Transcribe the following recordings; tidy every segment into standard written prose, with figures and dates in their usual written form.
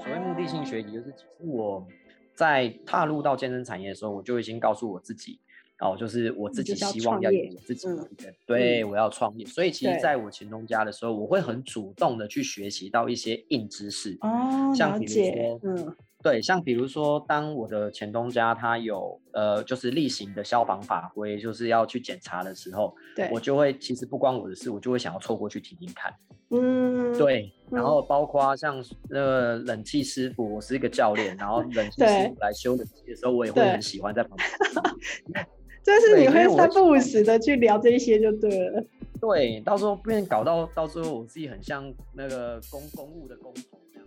所谓目的性学习，就是其实我在踏入到健身产业的时候，我就已经告诉我自己，就是我自己希望要有我自己的一个，对，我要创业。所以其实在我前东家的时候，我会很主动的去学习到一些硬知识，像比如说，对，像比如说，当我的前东家他有就是例行的消防法规，就是要去检查的时候，我就会其实不关我的事，我就会想要凑过去听听看。对，然后包括像冷气师傅，我是一个教练，然后冷气师傅来修冷气的时候，我也会很喜欢在旁边。 就是你会三不五时的去聊这些就对了。 对，到时候不然搞到最后我自己很像那个公务的工头这样。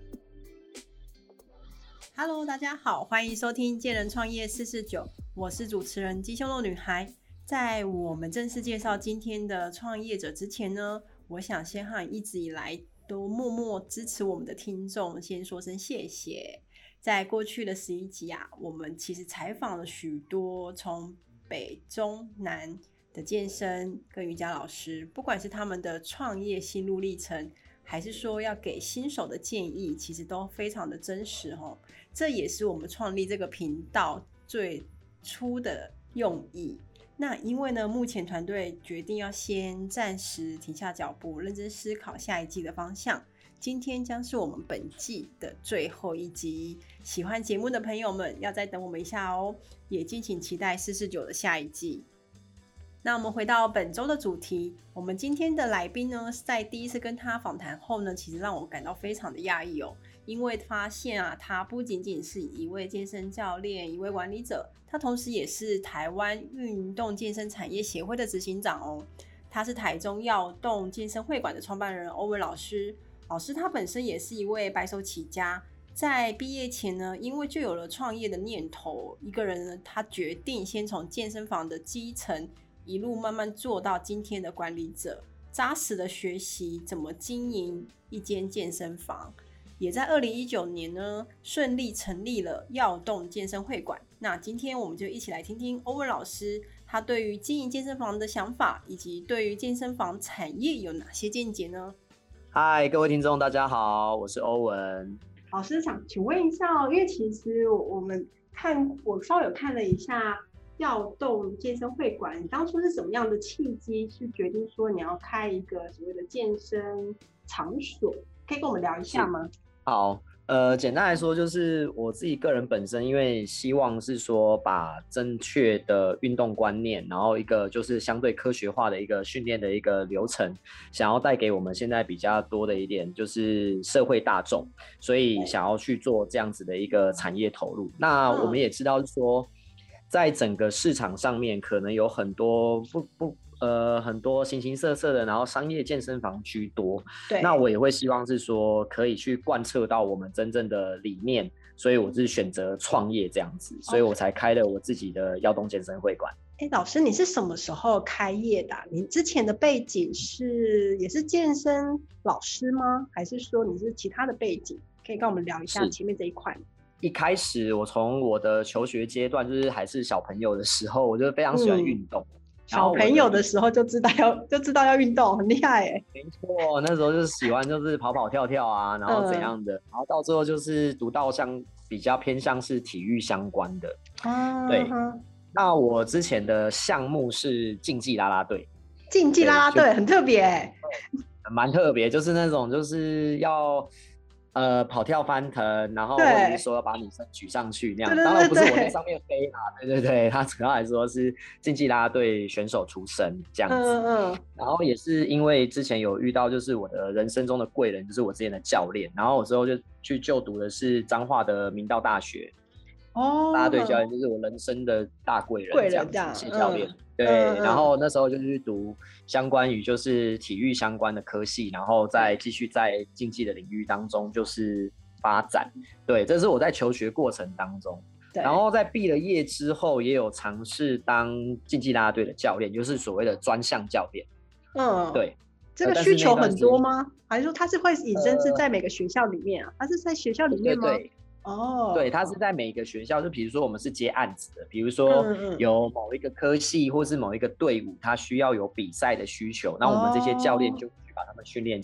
Hello， 大家好，欢迎收听健人创业449，我是主持人鸡胸肉女孩。在我们正式介绍今天的创业者之前呢，我想先和一直以来都默默支持我们的听众先说声谢谢。在过去的11集啊，我们其实采访了许多从北中南的健身跟瑜伽老师，不管是他们的创业心路历程，还是说要给新手的建议，其实都非常的真实哦。这也是我们创立这个频道最初的用意。那因为呢，目前团队决定要先暂时停下脚步，认真思考下一季的方向。今天将是我们本季的最后一集，喜欢节目的朋友们要再等我们一下哦，也敬请期待449的下一季。那我们回到本周的主题，我们今天的来宾呢，在第一次跟他访谈后呢，其实让我感到非常的讶异哦，因为发现啊，他不仅仅是一位健身教练，一位管理者，他同时也是台湾运动健身产业协会的执行长哦。他是台中耀动健身会馆的创办人欧文老师，老师他本身也是一位白手起家。在毕业前呢，因为就有了创业的念头，一个人呢，他决定先从健身房的基层一路慢慢做到今天的管理者，扎实的学习怎么经营一间健身房，也在2019年呢顺利成立了耀动健身会馆。那今天我们就一起来听听欧文老师他对于经营健身房的想法，以及对于健身房产业有哪些见解呢？ 嗨，各位听众大家好，我是欧文。 老师想请问一下因为其实我稍微有看了一下耀动健身会馆，你当初是什么样的契机是决定说你要开一个所谓的健身场所，可以跟我们聊一下吗？ 好，简单来说就是我自己个人本身，因为希望是说把正确的运动观念，然后一个就是相对科学化的一个训练的一个流程，想要带给我们现在比较多的一点就是社会大众，所以想要去做这样子的一个产业投入。那我们也知道说，在整个市场上面可能有很多很多形形色色的，然后商业健身房居多。对，那我也会希望是说可以去贯彻到我们真正的理念，所以我是选择创业这样子，所以我才开了我自己的耀动健身会馆。 老师，你是什么时候开业的？你之前的背景也是健身老师吗？还是说你是其他的背景？可以跟我们聊一下前面这一块吗？ 一开始我从我的求学阶段，就是还是小朋友的时候，我就非常喜欢运动。 小朋友的时候就知道要运动，很厉害耶。 没错，那时候就是喜欢就是跑跑跳跳啊，然后怎样的，然后到最后就是读到像比较偏向是体育相关的。对。那我之前的项目是竞技啦啦队。 竞技啦啦队很特别耶。 蛮特别，就是那种就是要跑跳翻腾，然后或者是说要把女生举上去那样。当然不是我在上面飞啦，对，他主要来说是竞技啦啦队选手出身这样子。然后也是因为之前有遇到就是我的人生中的贵人，就是我之前的教练，然后我之后就去就读的是彰化的明道大学。啦啦队教练就是我人生的大贵人这样子，谢教练。对，然后那时候就去读相关于就是体育相关的科系，然后再继续在竞技的领域当中就是发展。对，这是我在求学过程当中。然后在毕了业之后，也有尝试当竞技啦啦队的教练，就是所谓的专项教练。对。 这个需求很多吗？还是说它是会引申是在每个学校里面啊？它是在学校里面吗？ 对，它是在每一个学校，就比如说我们是接案子的，比如说有某一个科系或是某一个队伍，它需要有比赛的需求，那我们这些教练就去把他们训练起来。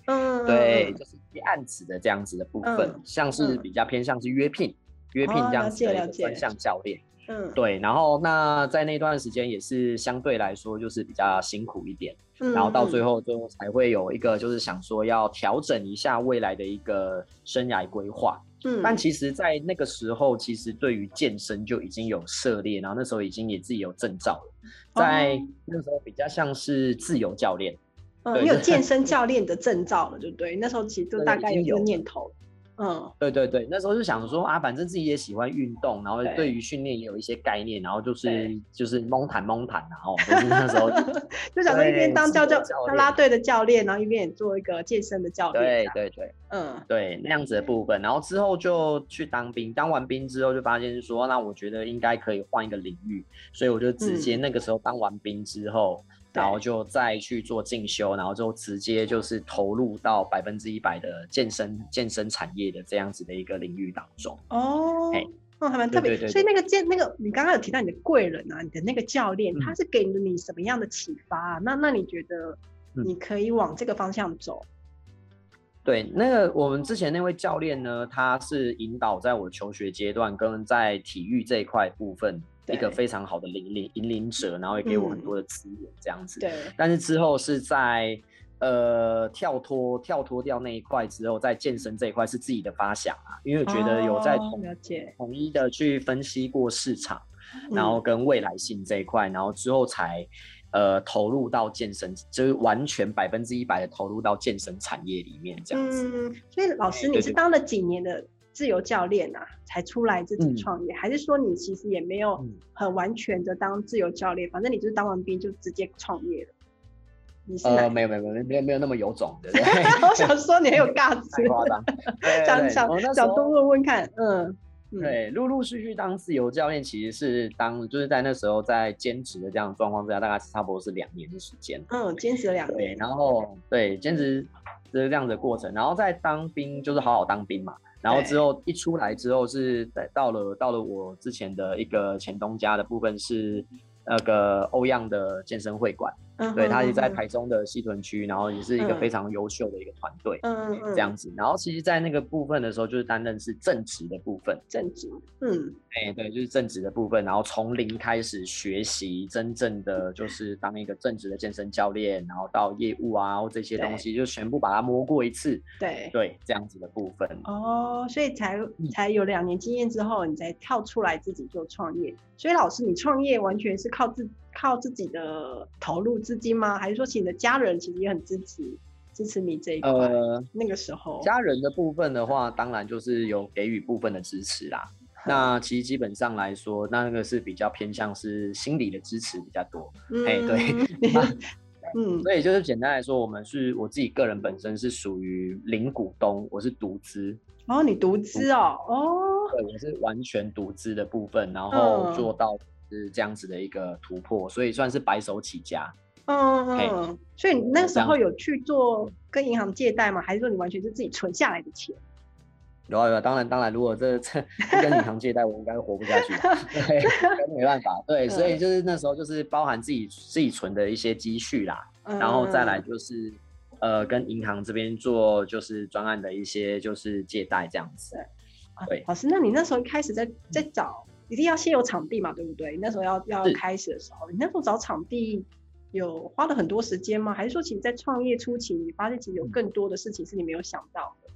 对，就是接案子的这样子的部分，像是比较偏向是约聘这样子的一个专项教练。对，然后那在那段时间也是相对来说就是比较辛苦一点，然后到最后就才会有一个就是想说要调整一下未来的一个生涯规划。但其实在那个时候其实对于健身就已经有涉猎，然后那时候已经也自己有证照了，在那时候比较像是自由教练。 你有健身教练的证照了，对不对？那时候其实就大概有这个念头。 对，那时候就想说啊，反正自己也喜欢运动，然后对于训练也有一些概念，然后就是蒙坦然后就是那时候就想说一边当啦队的教练，然后一边也做一个健身的教练。 对，那样子的部分，然后之后就去当兵，当完兵之后就发现说，那我觉得应该可以换一个领域，所以我就直接那个时候当完兵之后。然后就再去做进修，然后就直接就是投入到100%的健身产业的这样子的一个领域当中。 还蛮特别。所以那个你刚刚有提到你的贵人啊，你的那个教练，他是给了你什么样的启发啊？那你觉得你可以往这个方向走？ 对，那个我们之前那位教练呢，他是引导在我求学阶段跟在体育这一块部分一个非常好的引领者，然后也给我很多的资源这样子。但是之后是在跳脱掉那一块之后，在健身这一块是自己的发想啊，因为我觉得有在统一的去分析过市场，然后跟未来性这一块，然后之后才投入到健身，就是完全100%的投入到健身产业里面这样子。 所以老师，你是当了几年的自由教练啊，才出来自己创业，还是说你其实也没有很完全的当自由教练，反正你就是当完兵就直接创业了？你是没有那么有种，对不对？ 我想说你很有尬子， 太夸张。 想多问问看， 对，陆陆续续当自由教练，其实是就是在那时候在兼职的这样的状况之下，大概差不多是2年的时间。 兼职了2年。 对，然后兼职是这样的过程，然后在当兵就是好好当兵嘛。然后之后一出来之后是到了我之前的一个前东家的部分是那个欧漾的健身会馆，对，他也在台中的西屯区，然后也是一个非常优秀的一个团队，这样子。然后其实在那个部分的时候就是担任是正职的部分，对，就是正职的部分，然后从零开始学习真正的就是当一个正职的健身教练，然后到业务啊或这些东西就全部把它摸过一次，对，这样子的部分。 所以才有2年经验之后，你才跳出来自己做创业。所以老师，你创业完全是靠自己的投入资金吗？还是说其实你的家人其实也很支持你这一块？那个时候家人的部分的话，当然就是有给予部分的支持啦。那其实基本上来说，那个是比较偏向是心理的支持比较多。对。所以就是简单来说，我自己个人本身是属于零股东，我是独资。 你独资哦。 对，我是完全独资的部分，然后做到是这样子的一个突破，所以算是白手起家。 所以你那时候有去做跟银行借贷吗？还是说你完全是自己存下来的钱？ 有啊，当然，如果这跟银行借贷，我应该活不下去。对，没办法。对，所以就是那时候就是包含自己存的一些积蓄啦，然后再来就是跟银行这边做就是专案的一些就是借贷这样子。对， 老师，那你那时候一开始在找，一定要先有场地嘛，对不对？你那时候要开始的时候，你那时候找场地有花了很多时间吗？还是说其实在创业初期，你发现其实有更多的事情是你没有想到的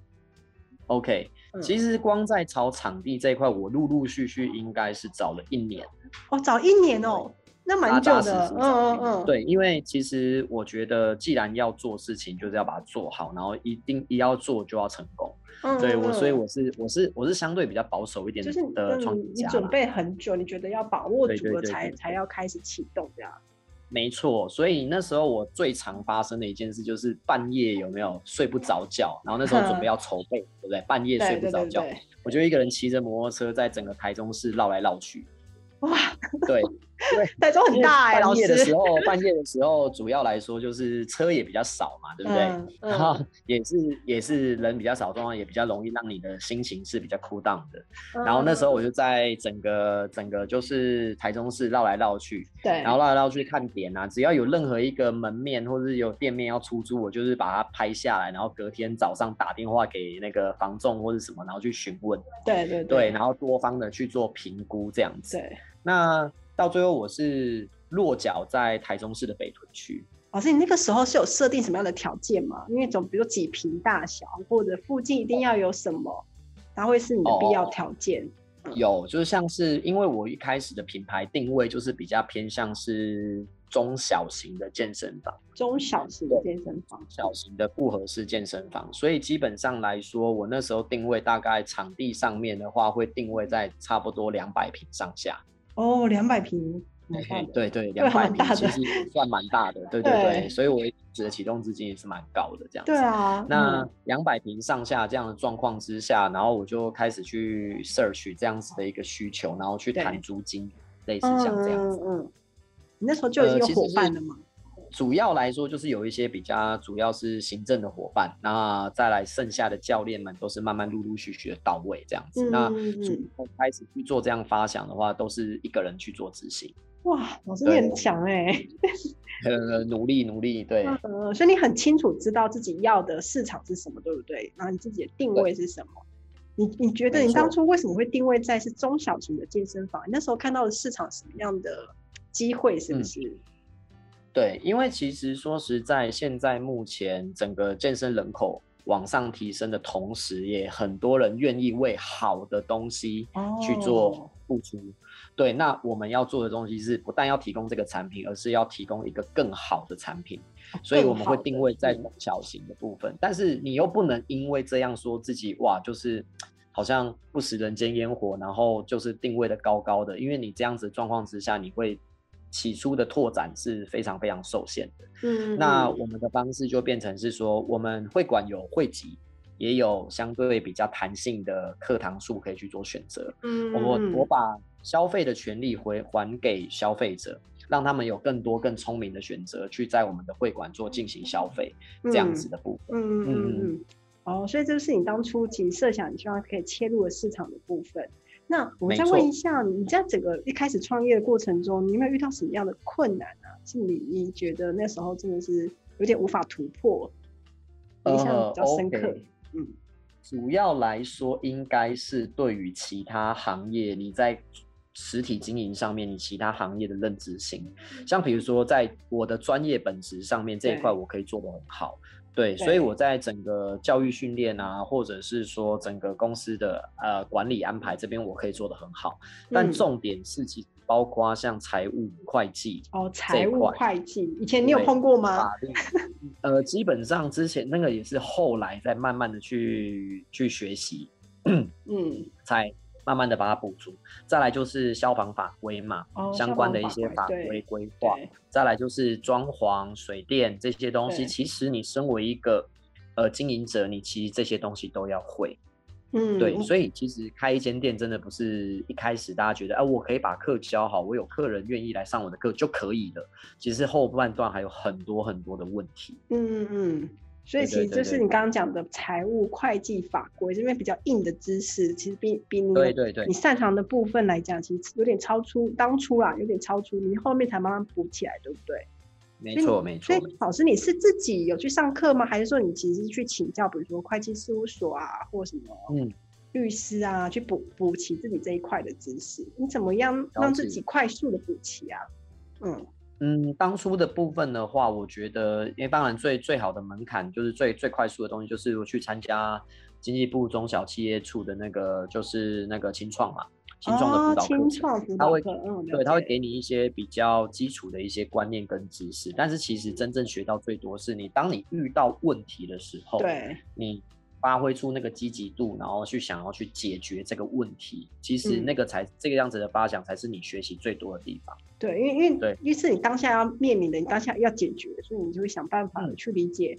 ？OK，其实光在找场地这一块，我陆陆续续应该是找了1年。 找1年哦，那蛮久的。 对，因为其实我觉得，既然要做事情，就是要把它做好，然后一要做就要成功。对，所以我是相对比较保守一点的创业家。 你准备很久，你觉得要把握住了才要开始启动这样。 没错，所以那时候我最常发生的一件事就是半夜有没有睡不着觉，然后那时候准备要筹备，对不对？半夜睡不着觉，我就一个人骑着摩托车在整个台中市绕来绕去。 哇， 对， 对， 台中很大哎、 老师。 半夜的时候，主要来说就是车也比较少嘛，对不对？然后也是人比较少，状况也比较容易让你的心情是比较cool down的。然后那时候我就在整个就是台中市绕来绕去， 对， 然后绕来绕去看点啊，只要有任何一个门面或者有店面要出租，我就是把它拍下来，然后隔天早上打电话给那个房仲或者什么，然后去询问，对，然后多方的去做评估这样子。 对， 那到最后我是落脚在台中市的北屯区。 老师，你那个时候是有设定什么样的条件吗？因为比如说几坪大小，或者附近一定要有什么，它会是你的必要条件。 有，就是像是因为我一开始的品牌定位就是比较偏向是中小型的健身房， 中小型的健身房， 小型的复合式健身房，所以基本上来说，我那时候定位大概场地上面的话，会定位在差不多200坪上下。 哦，200坪， 对，200坪其实也算蛮大的，对，所以我一直的启动资金也是蛮高的这样子。 对啊， 那200坪上下这样的状况之下，然后我就开始去 search 这样子的一个需求，然后去谈租金，类似像这样子。 你那时候就已经有伙伴了吗？ 主要来说就是有一些比较主要是行政的伙伴，那再来剩下的教练们都是慢慢陆陆续续的到位这样子。那开始去做这样发想的话，都是一个人去做执行。 哇，老师你很强哎！ 努力对。 所以你很清楚知道自己要的市场是什么，对不对？然后你自己的定位是什么？你觉得你当初为什么会定位在是中小型的健身房？你那时候看到的市场什么样的机会，是不是？ 对，因为其实说实在，现在目前整个健身人口往上提升的同时，也很多人愿意为好的东西去做付出。对，那我们要做的东西是不但要提供这个产品，而是要提供一个更好的产品。所以我们会定位在中小型的部分，但是你又不能因为这样说自己哇，就是好像不食人间烟火，然后就是定位的高高的，因为你这样子的状况之下，你会起初的拓展是非常非常受限的。那我们的方式就变成是说，我们会馆有会籍，也有相对比较弹性的课堂数可以去做选择。我把消费的权利还给消费者，让他们有更多更聪明的选择，去在我们的会馆做进行消费，这样子的部分。 所以这是你当初其实设想你希望可以切入的市场的部分。那我们再问一下，你在整个一开始创业的过程中，你有没有遇到什么样的困难啊？是你觉得那时候真的是有点无法突破，印象比较深刻？ 主要来说应该是对于其他行业你在实体经营上面你其他行业的认知性，像比如说在我的专业本质上面这一块我可以做得很好。对，所以我在整个教育训练啊，或者是说整个公司的管理安排这边，我可以做得很好。但重点是，其实包括像财务会计财务会计，以前你有碰过吗？ 法律，基本上之前那个也是后来再慢慢的去学习，才慢慢的把它补足。再来就是消防法规嘛，相关的一些法规规划。再来就是装潢、水电这些东西，其实你身为一个经营者，你其实这些东西都要会。对，所以其实开一间店真的不是一开始大家觉得我可以把课教好，我有客人愿意来上我的课就可以了。其实后半段还有很多很多的问题。 所以其实就是你刚刚讲的财务会计法规这边比较硬的知识，其实比你擅长的部分来讲，其实有点超出当初啦，有点超出你后面才慢慢补起来，对不对？ 没错。 所以老师你是自己有去上课吗？还是说你其实是去请教，比如说会计事务所啊，或什么律师啊，去补齐自己这一块的知识？你怎么样让自己快速的补齐啊？ 当初的部分的话，我觉得，因为当然最好的门槛就是最快速的东西，就是我去参加经济部中小企业处的那个，就是那个青创嘛，青创的辅导课程，他会给你一些比较基础的一些观念跟知识，但是其实真正学到最多是当你遇到问题的时候，你发挥出那个积极度，然后想要去解决这个问题，其实那个这个样子的发想才是你学习最多的地方。 对，因为是你当下要面临的，你当下要解决，所以你就会想办法去理解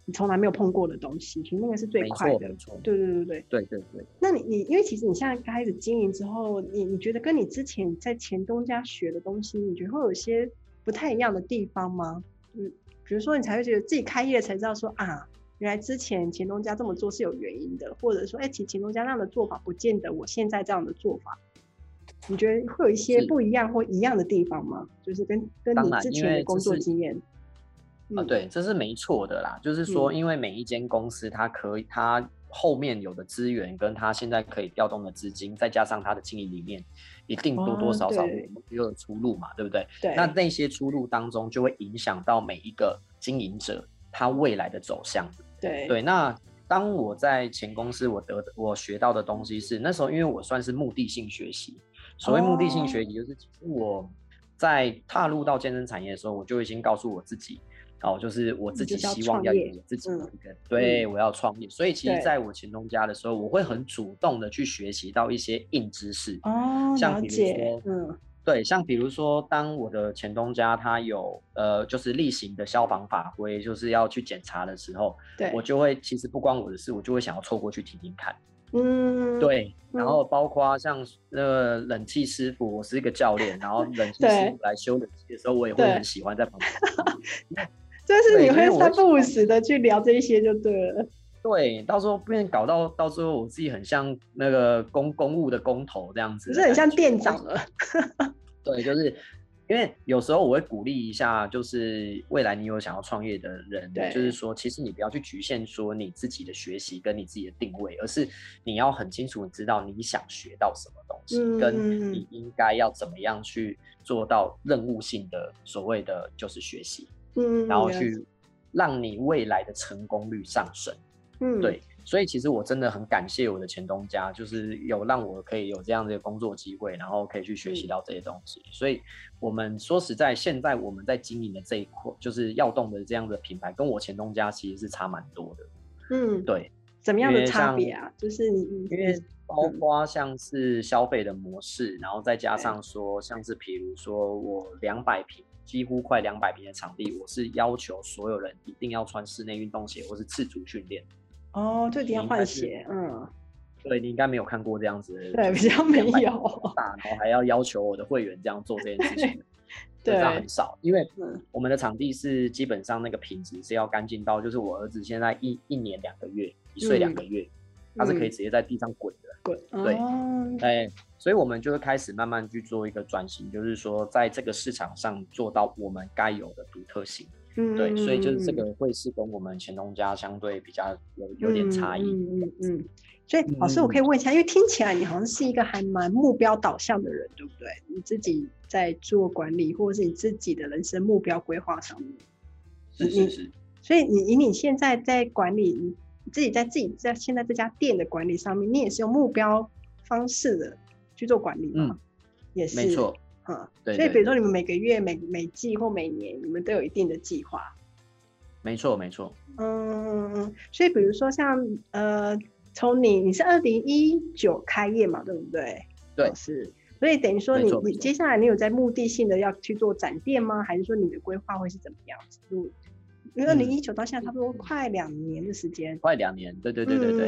你从来没有碰过的东西，其实那个是最快的。 没错， 对对对对对对对。 那你因为其实你现在开始经营之后，你觉得跟你之前在前东家学的东西，你觉得会有一些不太一样的地方吗？比如说你才会觉得自己开业才知道说啊，原来之前前东家这么做是有原因的，或者说其实前东家那样的做法不见得我现在这样的做法，你觉得会有一些不一样或一样的地方吗？就是跟你之前的工作经验。 对，这是没错的啦。就是说，因为每一间公司它后面有的资源跟它现在可以调动的资金，再加上它的经营理念，一定多多少少有出路嘛，对不对？ 对。 那些出路当中，就会影响到每一个经营者他未来的走向。对。那当我在前公司我学到的东西是，那时候因为我算是目的性学习。所谓目的性学习，就是其实我在踏入到健身产业的时候，我就已经告诉我自己。就是我自己希望要有自己的一个，对，我要创业。所以其实在我前东家的时候，我会很主动的去学习到一些硬知识。像比如说，对，像比如说，当我的前东家他有就是例行的消防法规，就是要去检查的时候，我就会其实不关我的事，我就会想要凑过去听听看。对，然后包括像冷气师傅，我是一个教练，然后冷气师傅来修冷气的时候，我也会很喜欢在旁边。 就是你会三不五时的去聊这些就对了。 对，到时候不然搞到最后我自己很像那个公务的工头这样子， 是很像店长了。 对，就是因为有时候我会鼓励一下，就是未来你有想要创业的人，就是说其实你不要去局限说你自己的学习跟你自己的定位，而是你要很清楚的知道你想学到什么东西，跟你应该要怎么样去做到任务性的所谓的就是学习。然后去让你未来的成功率上升。对，所以其实我真的很感谢我的前东家，就是有让我可以有这样的工作机会，然后可以去学习到这些东西。所以我们说实在，现在我们在经营的这一块，就是耀动的这样的品牌，跟我前东家其实是差蛮多的。对， 怎么样的差别啊？就是因为包括像是消费的模式，然后再加上说，像是比如说我200平。几乎快200平的场地，我是要求所有人一定要穿室内运动鞋或是自主训练。 就一定要换鞋。 对，你应该没有看过这样子的。 对，比较没有。 然后还要要求我的会员这样做这件事情。对，这样很少，因为我们的场地是基本上那个品质是要干净到，就是我儿子现在一年2个月，1岁2个月，他是可以直接在地上滚的。对，所以我们就会开始慢慢去做一个转型，就是说在这个市场上做到我们该有的独特性。对，所以就是这个会是跟我们前东家相对比较有点差异。 所以老师，我可以问一下，因为听起来你好像是一个还蛮目标导向的人，对不对？你自己在做管理，或者是你自己的人生目标规划上面。 是。 所以你现在在管理，你自己在现在这家店的管理上面，你也是用目标方式的去做管理吗？也是， 没错。 所以比如说你们每个月、每季或每年，你们都有一定的计划。 没错。 所以比如说像从你是2019开业嘛，对不对？ 对， 是。所以等于说你接下来你有在目的性的要去做展店吗？还是说你的规划会是怎么样子？因为2019到现在差不多快2年的时间。 快2年，对。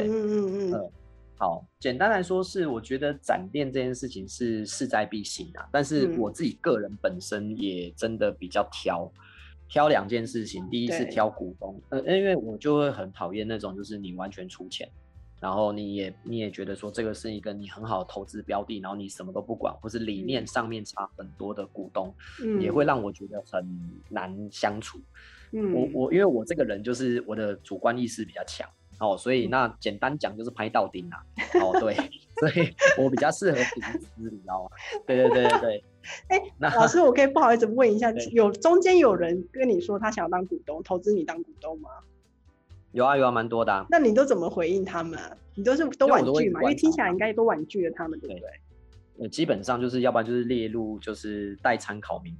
好，简单来说是，我觉得展店这件事情是势在必行啊。但是我自己个人本身也真的比较挑2件事情。第一是挑股东，因为我就会很讨厌那种就是你完全出钱，然后你也觉得说这个是一个你很好的投资标的，然后你什么都不管，或是理念上面差很多的股东，也会让我觉得很难相处。因为我这个人就是我的主观意识比较强。所以那简单讲就是拍到钉啊。对，所以我比较适合顶资，你知道吗？对。 老师，我可以不好意思问一下，中间有人跟你说他想要当股东，投资你当股东吗？ 有啊，蛮多的啊。 那你都怎么回应他们啊？你都婉拒嘛？因为听起来应该都婉拒了他们，对不对？ 基本上就是要不然就是列入就是待参考名单。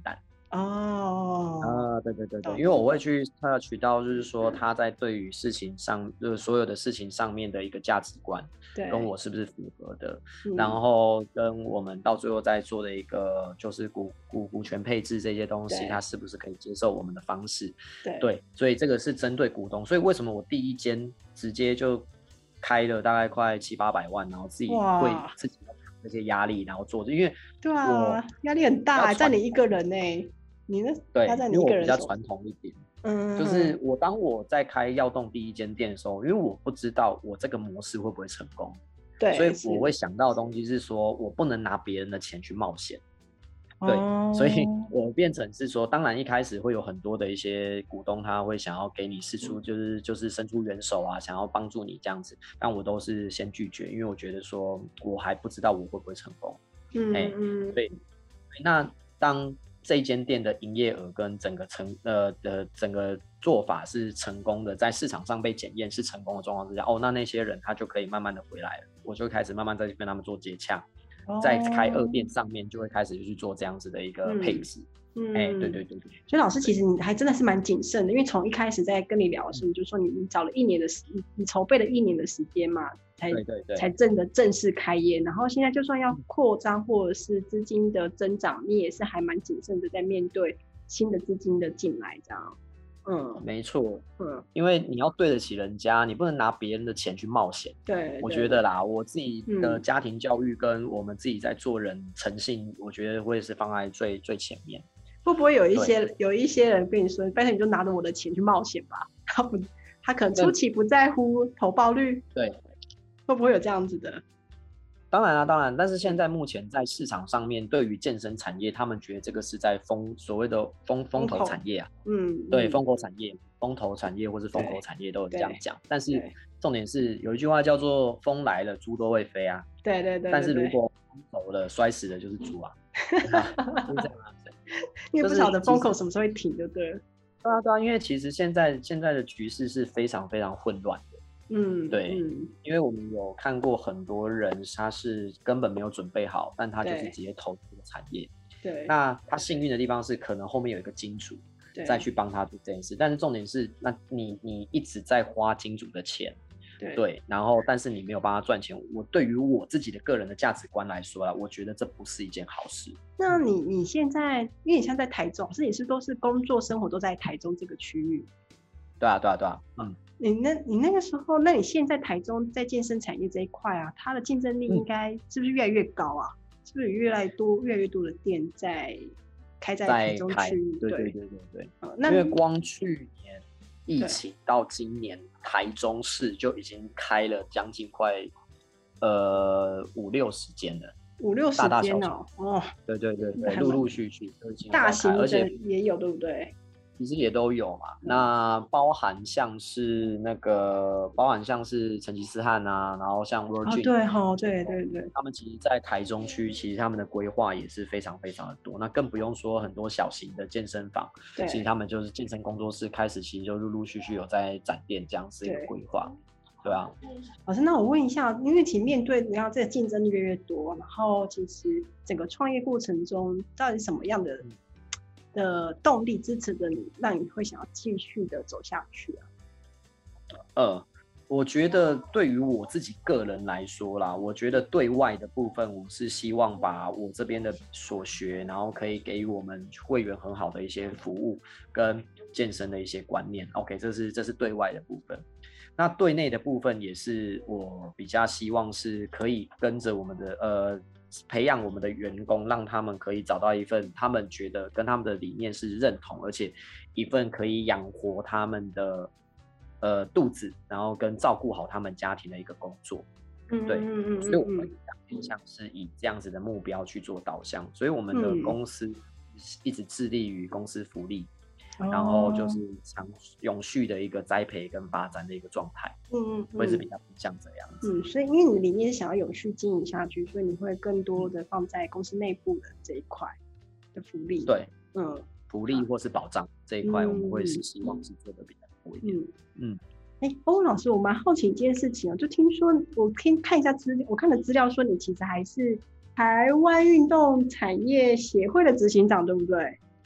对对对对，因为我会去取到，就是说他在对于事情上，就是所有的事情上面的一个价值观，跟我是不是符合的，然后跟我们到最后在做的一个就是股权配置这些东西，他是不是可以接受我们的方式，对，所以这个是针对股东，所以为什么我第一间直接就开了大概快700-800万，然后自己会自己这些压力，然后做，因为对啊，压力很大，在你一个人呢。你呢？ 对， 因为我比较传统一点，就是当我在开耀动第一间店的时候，因为我不知道我这个模式会不会成功，对，所以我会想到的东西是说我不能拿别人的钱去冒险，对，所以我变成是说，当然一开始会有很多的一些股东他会想要给你释出，就是伸出援手啊，想要帮助你这样子，但我都是先拒绝，因为我觉得说我还不知道我会不会成功，对，那当这一间店的营业额跟整个整个做法是成功的，在市场上被检验是成功的状况之下，那些人他就可以慢慢的回来了，我就开始慢慢再跟他们做接洽，在开2店上面就会开始去做这样子的一个配置。对对对对， 所以老师其实你还真的是蛮谨慎的，因为从一开始在跟你聊的时候，你就说你找了你筹备了1年的时间嘛，才正式开业，然后现在就算要扩张或者是资金的增长，你也是还蛮谨慎的在面对新的资金的进来这样。 没错，因为你要对得起人家，你不能拿别人的钱去冒险。对，我觉得啦，我自己的家庭教育跟我们自己在做人诚信，我觉得会是放在最前面。 会不会有一些人跟你说，拜托你就拿着我的钱去冒险吧？他可能初期不在乎投报率，对，会不会有这样子的？ 当然啦，当然，但是现在目前在市场上面，对于健身产业，他们觉得这个是在所谓的风投产业啊，对，风口产业、风投产业或是风口产业都有这样讲，但是重点是有一句话叫做“风来了，猪都会飞”啊，对，但是如果风走了，摔死的就是猪啊，就是这样啊， 因为不晓得风口什么时候会停，就对了。 对啊，因为其实现在的局势是非常非常混乱的。对，因为我们有看过很多人，他是根本没有准备好，但他就是直接投这个产业。对，那他幸运的地方是，可能后面有一个金主再去帮他做这件事，但是重点是，那你一直在花金主的钱，对，然后但是你没有帮他赚钱。我对于我自己的个人的价值观来说啦，我觉得这不是一件好事。 那你现在，因为你现在在台中，是你都是工作生活都在台中这个区域？ 对啊， 你那个时候，那你现在台中在健身产业这一块啊，它的竞争力应该是不是越来越高啊？是不是越来越多的店开在台中区域？ 对。因为光去年疫情到今年，台中市就已经开了将近快50-60间了 ，50-60间哦。 对，陆陆续续都已经大型的也有，对不对？ 其实也都有嘛，那包含像是成吉思汗啊，然后像 Virgin，对，他们其实在台中区，其实他们的规划也是非常非常的多，那更不用说很多小型的健身房，其实他们就是健身工作室开始，其实就陆陆续续有在展店这样子一个规划，对啊。 老师，那我问一下，因为其实面对这个竞争力越多，然后其实整个创业过程中，到底什么样的动力支持着你，让你会想要继续的走下去啊？ 我觉得对于我自己个人来说啦，我觉得对外的部分，我是希望把我这边的所学，然后可以给予我们会员很好的一些服务跟健身的一些观念。OK， 这是对外的部分。那对内的部分也是我比较希望是可以跟着我们的培养我们的员工，让他们可以找到一份他们觉得跟他们的理念是认同，而且一份可以养活他们的肚子，然后跟照顾好他们家庭的一个工作。对，所以我们偏向是以这样子的目标去做导向，所以我们的公司一直致力于公司福利，然后就是永续的一个栽培跟发展的一个状态，会是比较像这样子。 所以因为你的理念是想要永续经营下去，所以你会更多的放在公司内部的这一块的福利。 对，福利或是保障这一块，我们会是希望是做的比较多一点。 欧老师，我蛮好奇一件事情就听说我看一下我看的资料说你其实还是台湾运动产业协会的执行长，对不对？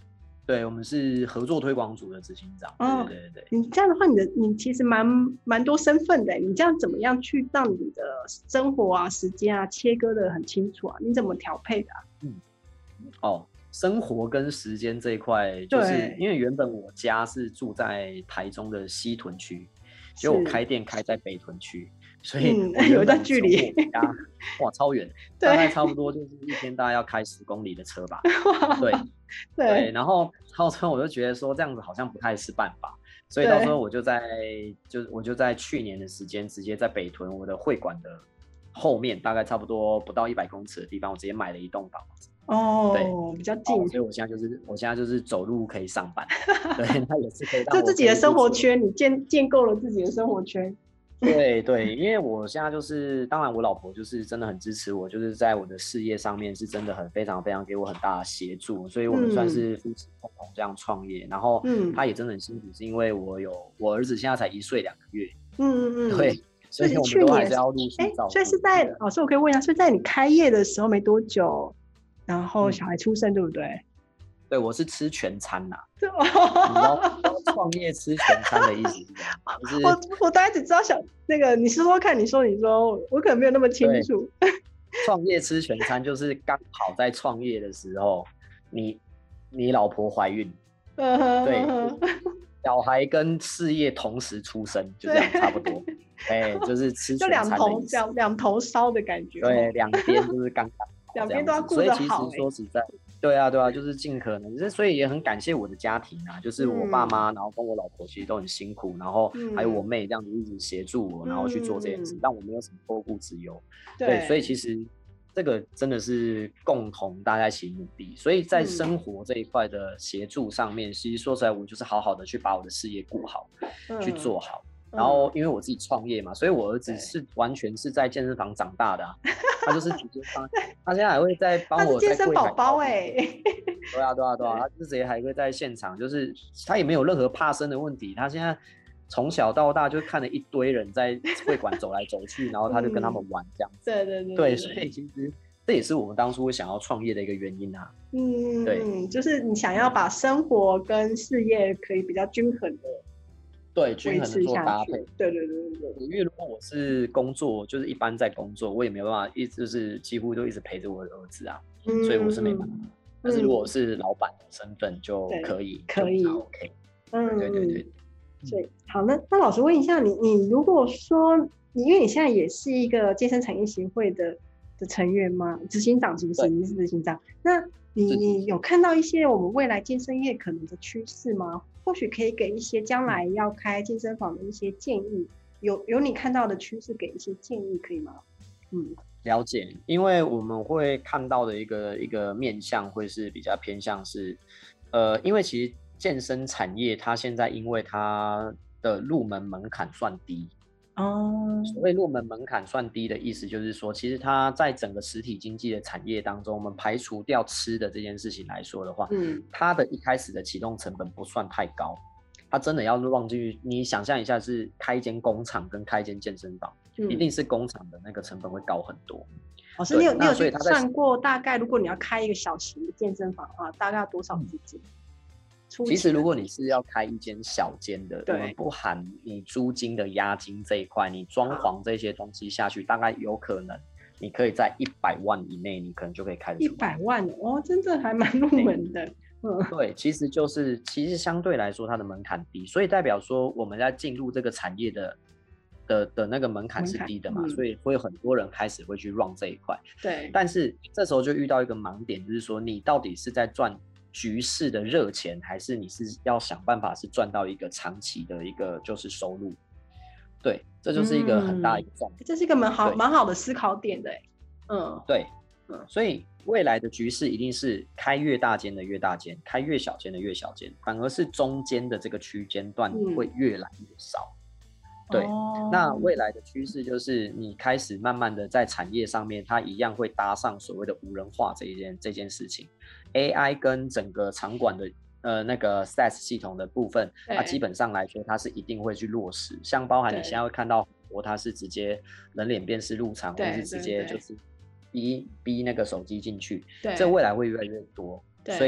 对，我们是合作推广组的执行长。 哦， 对对对对。 你这样的话，你其实蛮多身份的，你这样怎么样去让你的生活啊、时间啊切割的很清楚啊？你怎么调配的啊？ 生活跟时间这一块，就是因为原本我家是住在台中的西屯区，结果我开店开在北屯区，所以有一段距离， 哇，超远，大概差不多就是一天大概要开10公里的车吧。对，然后到时候我就觉得说这样子好像不太是办法，所以到时候我就在去年的时间，直接在北屯我的会馆的后面，大概差不多不到100公尺的地方，我直接买了一栋房子。对， 比较近， 所以我现在就是走路可以上班，对，那也是可以让就自己的生活圈，你建构了自己的生活圈。 对，因为我现在就是，当然我老婆就是真的很支持我，就是在我的事业上面是真的非常给我很大的协助，所以我们算是夫妻共同这样创业，然后她也真的很辛苦，是因为我儿子现在才1岁2个月，对，所以我们都还是要陆续照顾。 所以是在老师，我可以问一下，是在你开业的时候没多久，然后小孩出生，对不对？ 对，我是吃全餐呐。你知道创业吃全餐的意思是什么？ 我大概只知道你说看，你说，我可能没有那么清楚。 创业吃全餐就是刚好在创业的时候，你老婆怀孕，对，小孩跟事业同时出生，就这样差不多。就是吃全餐的意思， 就两头烧的感觉。 对，两边就是刚刚好， 两边都要顾得好。 所以其实说实在，对啊，就是尽可能，所以也很感谢我的家庭啊，就是我爸妈，然后跟我老婆其实都很辛苦，然后还有我妹这样子一直协助我，然后去做这件事，让我没有什么后顾之忧。对，所以其实这个真的是共同大家一起努力，所以在生活这一块的协助上面，其实说出来，我就是好好的去把我的事业顾好，去做好。然后因为我自己创业嘛，所以我儿子是完全是在健身房长大的，他就是直接他现在还会在帮我在健身宝宝对啊，他直接还会在现场，就是他也没有任何怕生的问题，他现在从小到大就看了一堆人在会馆走来走去，然后他就跟他们玩这样子。对，所以其实这也是我们当初想要创业的一个原因啊。对， 就是你想要把生活跟事业可以比较均衡的。 对，均衡的做搭配。 对。 因为如果我是工作，就是一般在工作，我也没有办法就是几乎都一直陪着我的儿子啊，所以我是没办法。但是如果是老板的身份就可以 OK。对。 所以好，那老师问一下你如果说因为你现在也是一个健身产业协会的成员吗？执行长是不是？你是执行长，那你有看到一些我们未来健身业可能的趋势吗？或许可以给一些将来要开健身房的一些建议，有你看到的趋势给一些建议，可以吗？ 了解，因为我们会看到的一个面向会是比较偏向是，因为其实健身产业它现在因为它的入门门槛算低。所谓入门门槛算低的意思就是说，其实它在整个实体经济的产业当中，我们排除掉吃的这件事情来说的话，它的一开始的启动成本不算太高。它真的要让进去，你想象一下，是开一间工厂跟开一间健身房，一定是工厂的那个成本会高很多。 老师，你有去算过大概，如果你要开一个小型的健身房啊，大概要多少资金？ 其实如果你是要开一间小间的，我们不含你租金的押金这一块，你装潢这些东西下去，大概有可能你可以在100万以内，你可能就可以开得出来。 100万哦，真的还蛮入门的。 对，其实相对来说它的门槛低，所以代表说我们在进入这个产业的那个门槛是低的嘛，所以会有很多人开始会去 run 这一块。 对， 但是这时候就遇到一个盲点，就是说你到底是在赚局势的热钱，还是你是要想办法是赚到一个长期的一个就是收入？对，这就是一个很大的一个重点。 这是一个蛮好的思考点的。 对，所以未来的局势一定是开越大间的越大间，开越小间的越小间，反而是中间的这个区间段会越来越少。对，那未来的趋势就是你开始慢慢的在产业上面，它一样会搭上所谓的无人化这件事情。AI 跟整个场馆的那个 SaaS 系统的部分，它基本上来说它是一定会去落实，像包含你现在会看到很多它是直接人脸辨识入场，或是直接就是逼那个手机进去，这未来会越来越多。所以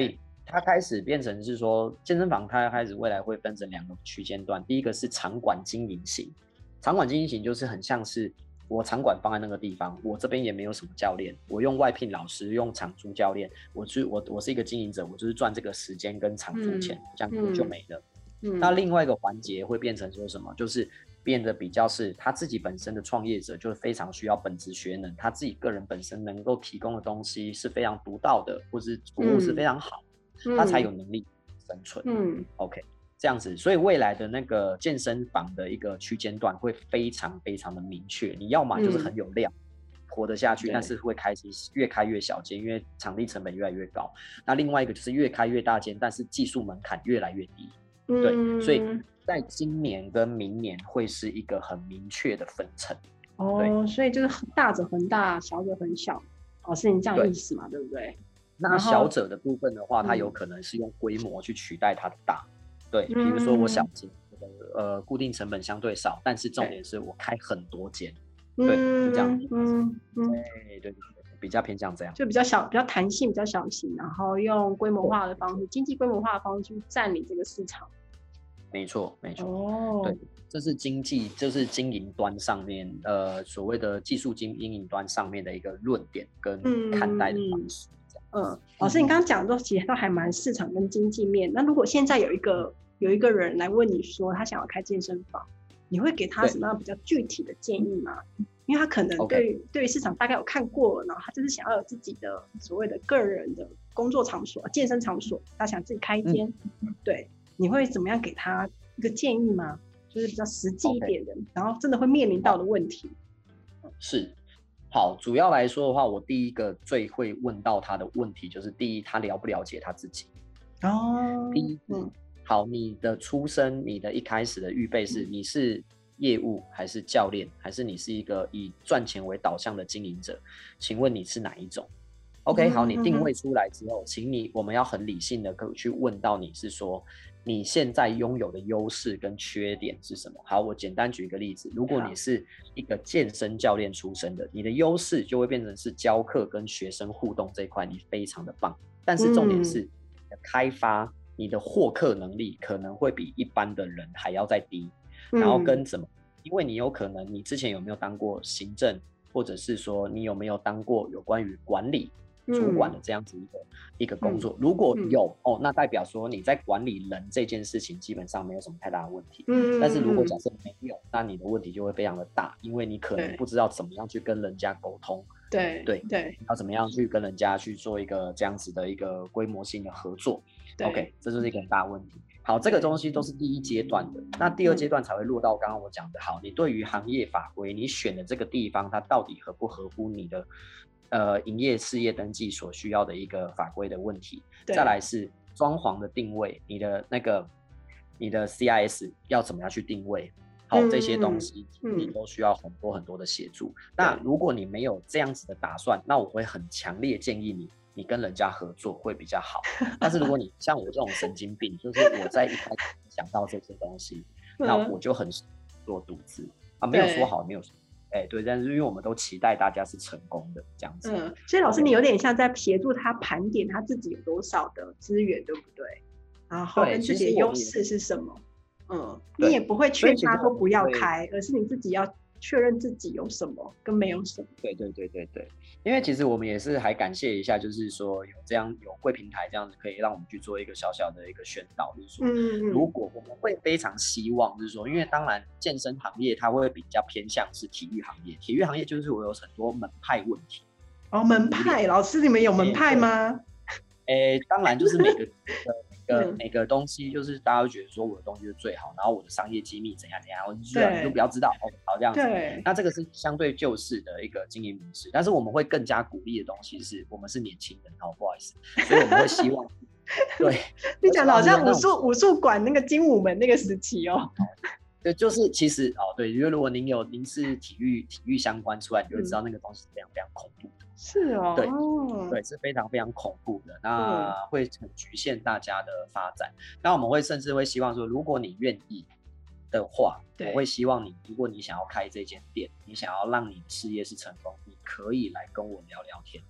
它开始变成是说，健身房它开始未来会分成2个区间段。第一个是场馆经营型，场馆经营型就是很像是我场馆放在那个地方，我这边也没有什么教练，我用外聘老师，用场租教练，我是一个经营者，我就是赚这个时间跟场租钱，这样就没了。那另外一个环节会变成说什么？就是变得比较是他自己本身的创业者，就是非常需要本职学能，他自己个人本身能够提供的东西是非常独到的，或是服务是非常好，他才有能力生存。OK， 这样子，所以未来的那个健身房的一个区间段会非常非常的明确，你要么就是很有量。活得下去，但是会开始越开越小间，因为场地成本越来越高。那另外一个就是越开越大间，但是技术门槛越来越低。对，所以在今年跟明年会是一个很明确的分层。 所以就是大者恒大，小者恒小，是你这样意思嘛？对不对？ 那小者的部分的话，它有可能是用规模去取代它的大。对，比如说我小间，固定成本相对少，但是重点是我开很多间。对，是这样。对，比较偏向这样， 就比较小，比较弹性，比较小型，然后用规模化的方式，经济规模化的方式去占领这个市场。 没错。对，这是就是经营端上面，所谓的技术经营端上面的一个论点跟看待的方式。 老师，你刚刚讲的都其实都还蛮市场跟经济面。那如果现在有一个人来问你说他想要开健身房，你会给他什么样比较具体的建议吗？因为他可能对市场大概有看过，然后他就是想要有自己的所谓的个人的工作场所、健身场所，他想自己开一间。对，你会怎么样给他一个建议吗？就是比较实际一点的，然后真的会面临到的问题。 是，好，主要来说的话，我第一个最会问到他的问题就是：第一，他了不了解他自己？第一，好，你的出身，你的一开始的预备是你是业务还是教练，还是你是一个以赚钱为导向的经营者？请问你是哪一种？OK， 好，你定位出来之后，我们要很理性的去问到你是说你现在拥有的优势跟缺点是什么？好，我简单举一个例子，如果你是一个健身教练出身的，你的优势就会变成是教课跟学生互动这一块，你非常的棒。但是重点是你的开发，你的获客能力可能会比一般的人还要再低。然后跟怎么？因为你有可能你之前有没有当过行政，或者是说你有没有当过有关于管理主管的这样子一个工作？如果有那代表说你在管理人这件事情基本上没有什么太大的问题。但是如果假设没有，那你的问题就会非常的大，因为你可能不知道怎么样去跟人家沟通。对，要怎么样去跟人家去做一个这样子的一个规模性的合作。OK， 这就是一个很大的问题。好，这个东西都是第一阶段的，那第二阶段才会落到刚刚我讲的。好，你对于行业法规，你选的这个地方，它到底合不合乎你的营业事业登记所需要的一个法规的问题。再来是装潢的定位，你的 CIS 要怎么样去定位？好，这些东西你都需要很多很多的协助。那如果你没有这样子的打算，那我会很强烈建议你跟人家合作会比较好。但是如果你像我这种神经病，就是我在一开始想到这些东西，那我就很做独自没有说好，没有说对，但是因为我们都期待大家是成功的这样子。 所以老师你有点像在协助他盘点他自己有多少的资源，对不对？然后跟自己的优势是什么？你也不会劝他说不要开，而是你自己要确认自己有什么跟没有什么。 对，因为其实我们也是还感谢一下，就是说有贵平台这样子可以让我们去做一个小小的一个宣导，就是说如果我们会非常希望就是说，因为当然健身行业它会比较偏向是体育行业，体育行业就是我有很多门派问题。 门派，老师你们有门派吗？ 当然就是每个东西，就是大家会觉得说我的东西是最好，然后我的商业机密怎样，我你就不要知道，好这样子。那这个是相对旧式的一个经营模式，但是我们会更加鼓励的东西是我们是年轻人，不好意思，所以我们会希望对你讲的好像武术馆那个精武门那个时期对，就是其实对，因为如果您是体育相关出来，你就会知道那个东西是非常非常恐怖的。 是对，是非常非常恐怖的，那会很局限大家的发展。那我们会甚至会希望说，如果你愿意的话，我会希望如果你想要开这间店，你想要让你的事业是成功，你可以来跟我聊聊天。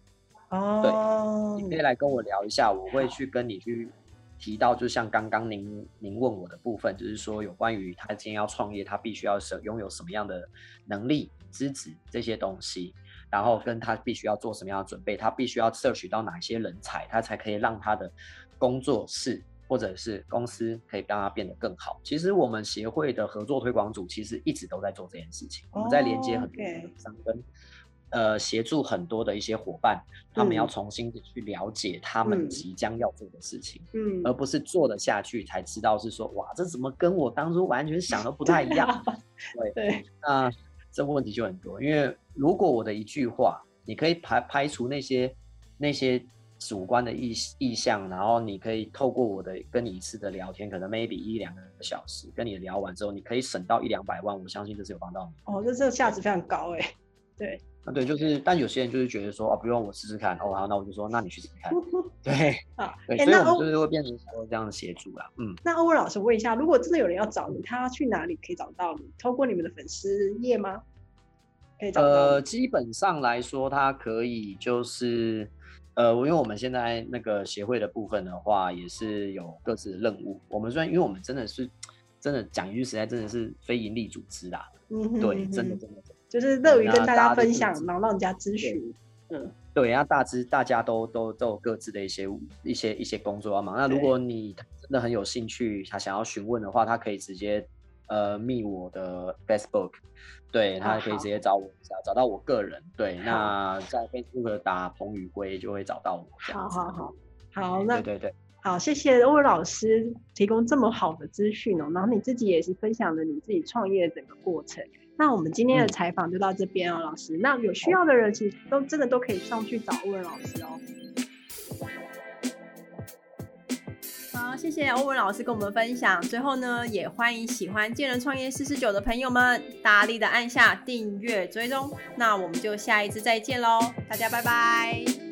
对，你可以来跟我聊一下，我会去跟你去提到，就像刚刚您问我的部分，就是说有关于他今天要创业，他必须要拥有什么样的能力、资质这些东西，然后跟他必须要做什么样的准备，他必须要摄取到哪些人才，他才可以让他的工作室或者是公司可以让它变得更好。其实我们协会的合作推广组其实一直都在做这件事情，我们在连接很多厂商跟协助很多的一些伙伴，他们要重新的去了解他们即将要做的事情，而不是做得下去才知道是说，哇，这怎么跟我当初完全想的不太一样？对，那这问题就很多，因为如果我的一句话，你可以排除那些主观的意向，然后你可以透过我的跟你一次的聊天，可能 maybe 1-2个小时，跟你聊完之后，你可以省到100-200万，我相信这是有帮到你。 哦，这个价值非常高哎。对。 对，就是，但有些人就是觉得说，不用我试试看，好，那我就说，那你去试试看。对，对，所以我们就是会变成说这样的协助啦。 那欧文老师问一下，如果真的有人要找你，他去哪里可以找到你？透过你们的粉丝页吗？可以找到基本上来说，他可以就是，因为我们现在那个协会的部分的话，也是有各自的任务。我们虽然因为我们真的讲一句实在，真的是非营利组织啦。对，真的。 就是乐于跟大家分享，然后让人家咨询。 对，那大家都有各自的一些工作要忙。那如果你真的很有兴趣，他想要询问的话，他可以直接密我的 Facebook， 对，他可以直接找到我个人。对，那在 Facebook 打彭宇辉就会找到我。 好，那对。 好，谢谢欧文老师提供这么好的资讯哦，然后你自己也是分享了你自己创业的整个过程。那我们今天的采访就到这边哦，老师。那有需要的人其实真的都可以上去找欧文老师哦。 好，谢谢欧文老师跟我们分享。最后呢，也欢迎喜欢健人创业449的朋友们大力的按下订阅追踪。那我们就下一次再见喽，大家拜拜。